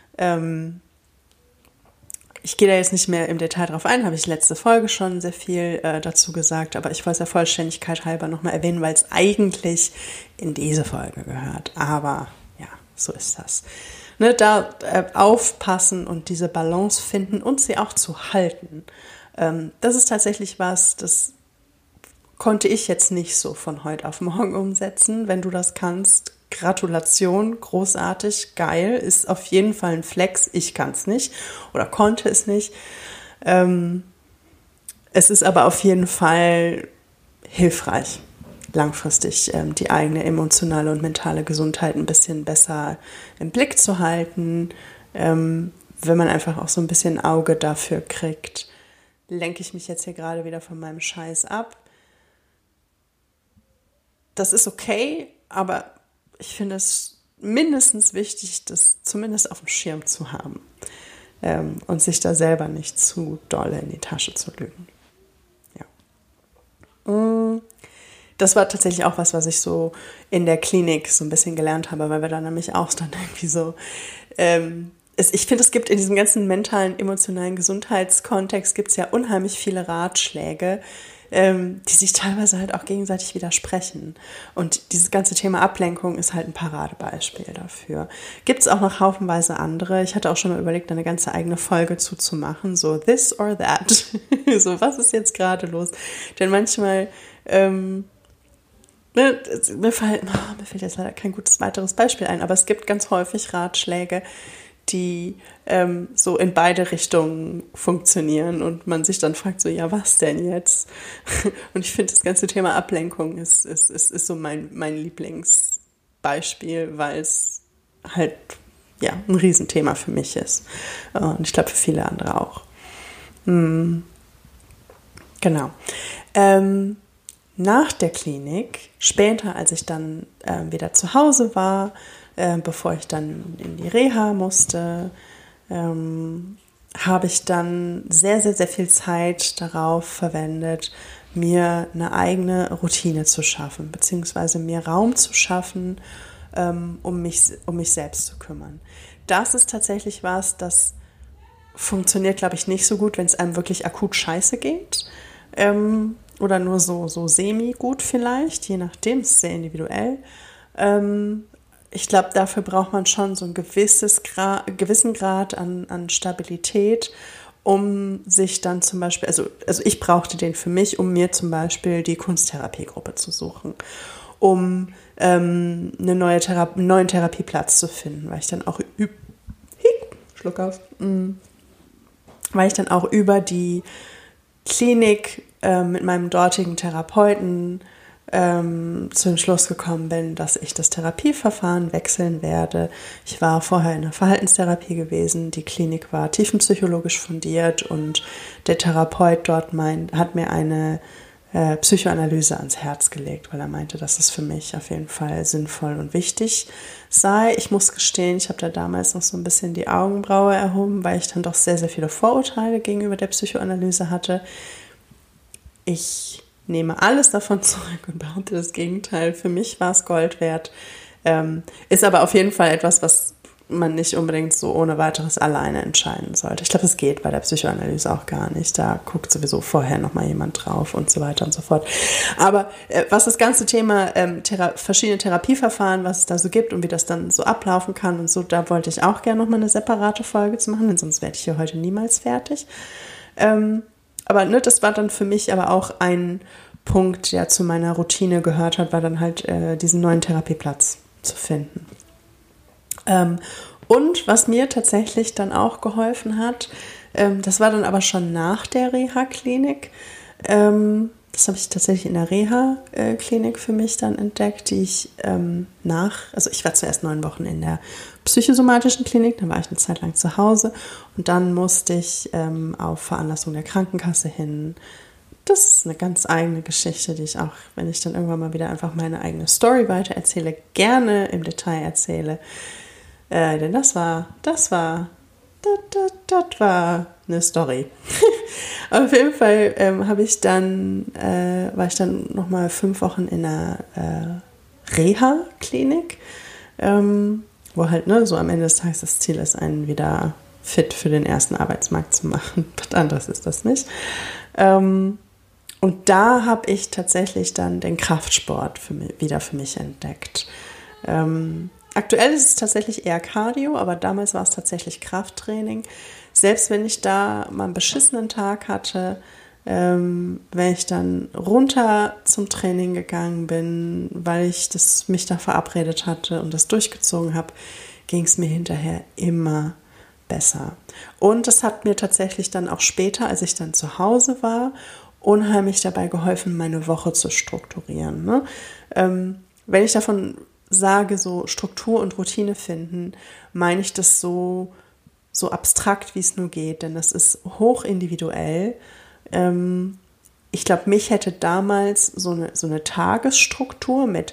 [SPEAKER 1] Ich gehe da jetzt nicht mehr im Detail drauf ein, habe ich letzte Folge schon sehr viel dazu gesagt, aber ich wollte es der Vollständigkeit halber nochmal erwähnen, weil es eigentlich in diese Folge gehört. Aber ja, so ist das. Ne, da aufpassen und diese Balance finden und sie auch zu halten. Das ist tatsächlich was, das konnte ich jetzt nicht so von heute auf morgen umsetzen. Wenn du das kannst, Gratulation, großartig, geil, ist auf jeden Fall ein Flex. Ich kann es nicht oder konnte es nicht. Es ist aber auf jeden Fall hilfreich, langfristig die eigene emotionale und mentale Gesundheit ein bisschen besser im Blick zu halten. Wenn man einfach auch so ein bisschen Auge dafür kriegt, lenke ich mich jetzt hier gerade wieder von meinem Scheiß ab. Das ist okay, aber ich finde es mindestens wichtig, das zumindest auf dem Schirm zu haben. und sich da selber nicht zu dolle in die Tasche zu lügen. Ja. Das war tatsächlich auch was ich so in der Klinik so ein bisschen gelernt habe, weil wir da nämlich auch dann irgendwie so, ich finde, es gibt in diesem ganzen mentalen, emotionalen Gesundheitskontext gibt es ja unheimlich viele Ratschläge, die sich teilweise halt auch gegenseitig widersprechen. Und dieses ganze Thema Ablenkung ist halt ein Paradebeispiel dafür. Gibt es auch noch haufenweise andere. Ich hatte auch schon mal überlegt, eine ganze eigene Folge zuzumachen, so this or that. So, was ist jetzt gerade los? Denn manchmal, mir fällt jetzt leider kein gutes weiteres Beispiel ein, aber es gibt ganz häufig Ratschläge, die so in beide Richtungen funktionieren und man sich dann fragt so, ja, was denn jetzt? Und ich finde, das ganze Thema Ablenkung ist so mein Lieblingsbeispiel, weil es halt ja ein Riesenthema für mich ist und ich glaube für viele andere auch. Genau. Nach der Klinik, später, als ich dann wieder zu Hause war, bevor ich dann in die Reha musste, habe ich dann sehr, sehr, sehr viel Zeit darauf verwendet, mir eine eigene Routine zu schaffen, beziehungsweise mir Raum zu schaffen, um mich selbst zu kümmern. Das ist tatsächlich was, das funktioniert, glaube ich, nicht so gut, wenn es einem wirklich akut scheiße geht. Oder nur so semi-gut vielleicht, je nachdem, ist sehr individuell. Ich glaube, dafür braucht man schon so einen gewissen Grad an Stabilität, um sich dann zum Beispiel, also ich brauchte den für mich, um mir zum Beispiel die Kunsttherapiegruppe zu suchen, um einen neuen Therapieplatz zu finden, weil ich dann auch weil ich dann auch über die Klinik mit meinem dortigen Therapeuten zu dem Schluss gekommen bin, dass ich das Therapieverfahren wechseln werde. Ich war vorher in der Verhaltenstherapie gewesen, die Klinik war tiefenpsychologisch fundiert und der Therapeut dort hat mir eine Psychoanalyse ans Herz gelegt, weil er meinte, dass es für mich auf jeden Fall sinnvoll und wichtig sei. Ich muss gestehen, ich habe da damals noch so ein bisschen die Augenbraue erhoben, weil ich dann doch sehr, sehr viele Vorurteile gegenüber der Psychoanalyse hatte. Ich nehme alles davon zurück und behaupte das Gegenteil. Für mich war es Gold wert. Ist aber auf jeden Fall etwas, was man nicht unbedingt so ohne weiteres alleine entscheiden sollte. Ich glaube, es geht bei der Psychoanalyse auch gar nicht. Da guckt sowieso vorher nochmal jemand drauf und so weiter und so fort. Aber was das ganze Thema verschiedene Therapieverfahren, was es da so gibt und wie das dann so ablaufen kann und so, da wollte ich auch gerne nochmal eine separate Folge zu machen, denn sonst werde ich hier heute niemals fertig. Aber das war dann für mich aber auch ein Punkt, der zu meiner Routine gehört hat, war dann halt diesen neuen Therapieplatz zu finden. Und was mir tatsächlich dann auch geholfen hat, das war dann aber schon nach der Reha-Klinik. Das habe ich tatsächlich in der Reha-Klinik für mich dann entdeckt, die ich also ich war zuerst 9 Wochen in der psychosomatischen Klinik, dann war ich eine Zeit lang zu Hause und dann musste ich auf Veranlassung der Krankenkasse hin. Das ist eine ganz eigene Geschichte, die ich auch, wenn ich dann irgendwann mal wieder einfach meine eigene Story weiter erzähle, gerne im Detail erzähle. Denn das war eine Story. Auf jeden Fall war ich dann nochmal 5 Wochen in einer Reha-Klinik, wo halt so am Ende des Tages das Ziel ist, einen wieder fit für den ersten Arbeitsmarkt zu machen. Was anderes ist das nicht. Und da habe ich tatsächlich dann den Kraftsport wieder für mich entdeckt. Aktuell ist es tatsächlich eher Cardio, aber damals war es tatsächlich Krafttraining. Selbst wenn ich da mal einen beschissenen Tag hatte, wenn ich dann runter zum Training gegangen bin, weil ich mich da verabredet hatte und das durchgezogen habe, ging es mir hinterher immer besser. Und das hat mir tatsächlich dann auch später, als ich dann zu Hause war, unheimlich dabei geholfen, meine Woche zu strukturieren. Ne? Wenn ich davon sage, so Struktur und Routine finden, meine ich das so abstrakt, wie es nur geht, denn das ist hoch individuell. Ich glaube, mich hätte damals so eine Tagesstruktur mit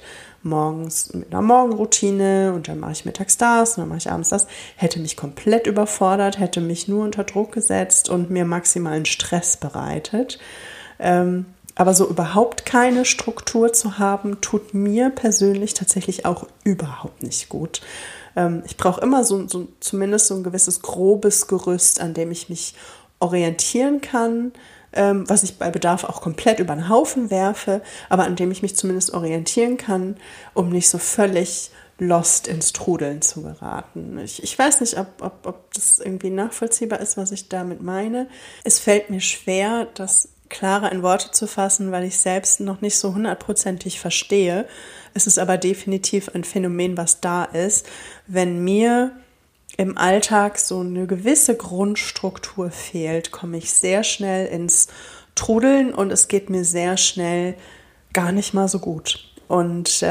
[SPEAKER 1] morgens mit einer Morgenroutine und dann mache ich mittags das und dann mache ich abends das, hätte mich komplett überfordert, hätte mich nur unter Druck gesetzt und mir maximalen Stress bereitet. Aber so überhaupt keine Struktur zu haben, tut mir persönlich tatsächlich auch überhaupt nicht gut. Ich brauche immer zumindest so ein gewisses grobes Gerüst, an dem ich mich orientieren kann, was ich bei Bedarf auch komplett über den Haufen werfe, aber an dem ich mich zumindest orientieren kann, um nicht so völlig lost ins Trudeln zu geraten. Ich weiß nicht, ob das irgendwie nachvollziehbar ist, was ich damit meine. Es fällt mir schwer, das klarer in Worte zu fassen, weil ich selbst noch nicht so 100%ig verstehe. Es ist aber definitiv ein Phänomen, was da ist, wenn mir im Alltag so eine gewisse Grundstruktur fehlt, komme ich sehr schnell ins Trudeln und es geht mir sehr schnell gar nicht mal so gut. Und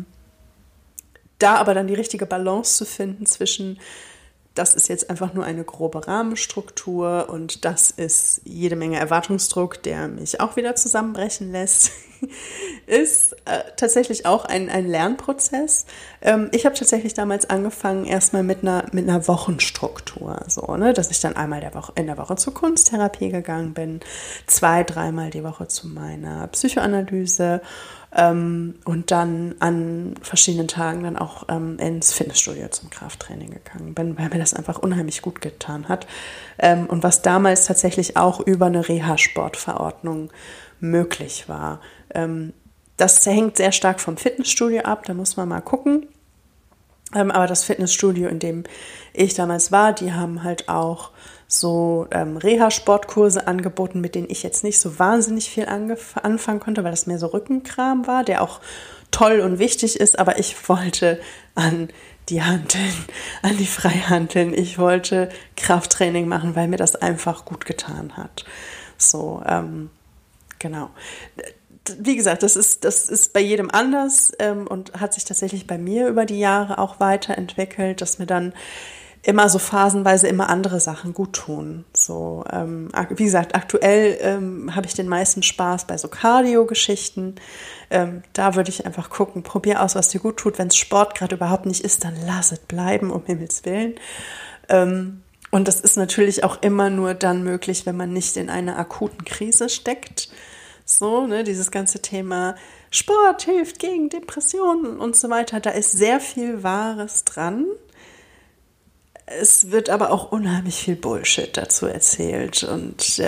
[SPEAKER 1] da aber dann die richtige Balance zu finden zwischen, das ist jetzt einfach nur eine grobe Rahmenstruktur und das ist jede Menge Erwartungsdruck, der mich auch wieder zusammenbrechen lässt, ist tatsächlich auch ein Lernprozess. Ich habe tatsächlich damals angefangen erstmal mit einer Wochenstruktur, so, ne, dass ich dann einmal in der Woche zur Kunsttherapie gegangen bin, 2-3 Mal die Woche zu meiner Psychoanalyse und dann an verschiedenen Tagen dann auch ins Fitnessstudio zum Krafttraining gegangen bin, weil mir das einfach unheimlich gut getan hat. Und was damals tatsächlich auch über eine Reha-Sportverordnung möglich war. Das hängt sehr stark vom Fitnessstudio ab, da muss man mal gucken. Aber das Fitnessstudio, in dem ich damals war, die haben halt auch so Reha-Sportkurse angeboten, mit denen ich jetzt nicht so wahnsinnig viel anfangen konnte, weil das mehr so Rückenkram war, der auch toll und wichtig ist, aber ich wollte an die Hanteln, an die Freihanteln, ich wollte Krafttraining machen, weil mir das einfach gut getan hat. So, genau. Wie gesagt, das ist bei jedem anders und hat sich tatsächlich bei mir über die Jahre auch weiterentwickelt, dass mir dann immer so phasenweise immer andere Sachen gut tun. So, wie gesagt, aktuell habe ich den meisten Spaß bei so Cardio-Geschichten. Da würde ich einfach gucken, probier aus, was dir gut tut. Wenn es Sport gerade überhaupt nicht ist, dann lass es bleiben, um Himmels Willen. Und das ist natürlich auch immer nur dann möglich, wenn man nicht in einer akuten Krise steckt. So, ne, dieses ganze Thema Sport hilft gegen Depressionen und so weiter, da ist sehr viel Wahres dran. Es wird aber auch unheimlich viel Bullshit dazu erzählt und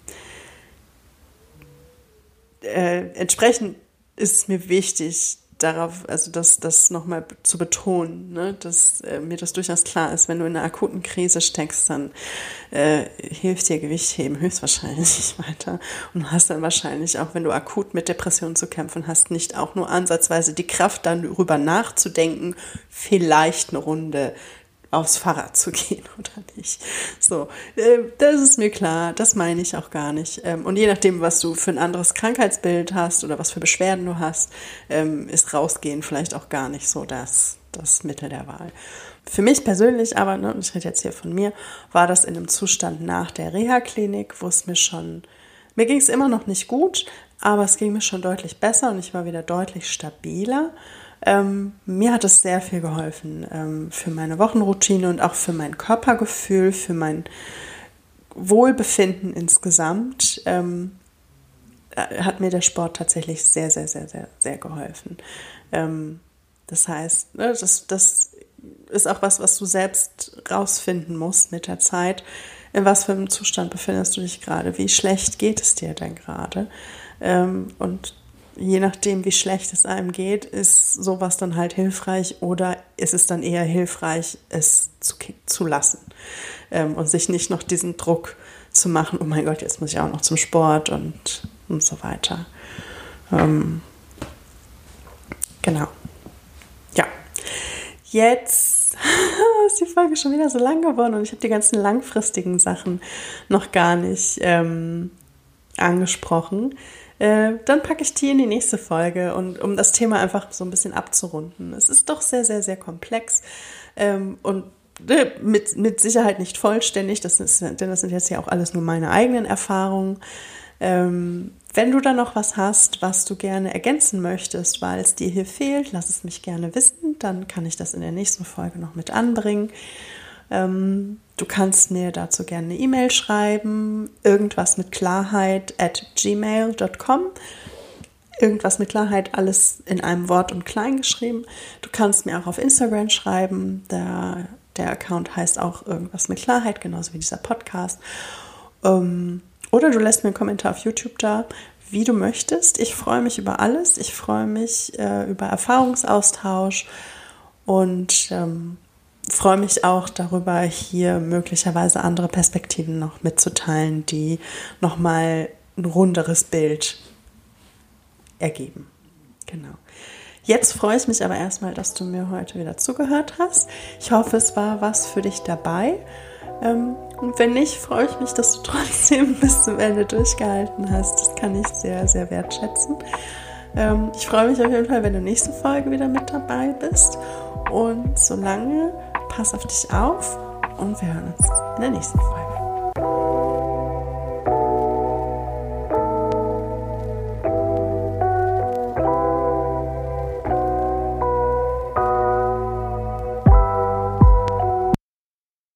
[SPEAKER 1] entsprechend ist es mir wichtig, darauf, also das nochmal zu betonen, ne, dass mir das durchaus klar ist, wenn du in einer akuten Krise steckst, dann hilft dir Gewichtheben höchstwahrscheinlich nicht weiter und hast dann wahrscheinlich auch, wenn du akut mit Depressionen zu kämpfen hast, nicht auch nur ansatzweise die Kraft, dann darüber nachzudenken, vielleicht eine Runde aufs Fahrrad zu gehen oder nicht. So, das ist mir klar, das meine ich auch gar nicht. Und je nachdem, was du für ein anderes Krankheitsbild hast oder was für Beschwerden du hast, ist rausgehen vielleicht auch gar nicht so das Mittel der Wahl. Für mich persönlich aber, ne, und ich rede jetzt hier von mir, war das in einem Zustand nach der Reha-Klinik, wo es mir ging es immer noch nicht gut, aber es ging mir schon deutlich besser und ich war wieder deutlich stabiler. Mir hat es sehr viel geholfen für meine Wochenroutine und auch für mein Körpergefühl, für mein Wohlbefinden insgesamt. Hat mir der Sport tatsächlich sehr, sehr, sehr, sehr, sehr geholfen. Das heißt, ne, das ist auch was du selbst rausfinden musst mit der Zeit. In was für einem Zustand befindest du dich gerade? Wie schlecht geht es dir denn gerade? Und je nachdem, wie schlecht es einem geht, ist sowas dann halt hilfreich oder ist es dann eher hilfreich, es zu lassen und sich nicht noch diesen Druck zu machen, oh mein Gott, jetzt muss ich auch noch zum Sport und so weiter. Genau. Ja, jetzt ist die Folge schon wieder so lang geworden und ich habe die ganzen langfristigen Sachen noch gar nicht angesprochen. Dann packe ich die in die nächste Folge und um das Thema einfach so ein bisschen abzurunden. Es ist doch sehr, sehr, sehr komplex und mit Sicherheit nicht vollständig, denn das sind jetzt ja auch alles nur meine eigenen Erfahrungen. Wenn du da noch was hast, was du gerne ergänzen möchtest, weil es dir hier fehlt, lass es mich gerne wissen. Dann kann ich das in der nächsten Folge noch mit anbringen. Du kannst mir dazu gerne eine E-Mail schreiben, irgendwasmitklarheit@gmail.com. Irgendwas mit Klarheit, alles in einem Wort und klein geschrieben. Du kannst mir auch auf Instagram schreiben. Der Account heißt auch irgendwas mit Klarheit, genauso wie dieser Podcast. Oder du lässt mir einen Kommentar auf YouTube da, wie du möchtest. Ich freue mich über alles. Ich freue mich über Erfahrungsaustausch und freue mich auch darüber, hier möglicherweise andere Perspektiven noch mitzuteilen, die nochmal ein runderes Bild ergeben. Genau. Jetzt freue ich mich aber erstmal, dass du mir heute wieder zugehört hast. Ich hoffe, es war was für dich dabei. Und wenn nicht, freue ich mich, dass du trotzdem bis zum Ende durchgehalten hast. Das kann ich sehr, sehr wertschätzen. Ich freue mich auf jeden Fall, wenn du nächste Folge wieder mit dabei bist. Und solange, pass auf dich auf und wir hören uns in der nächsten Folge.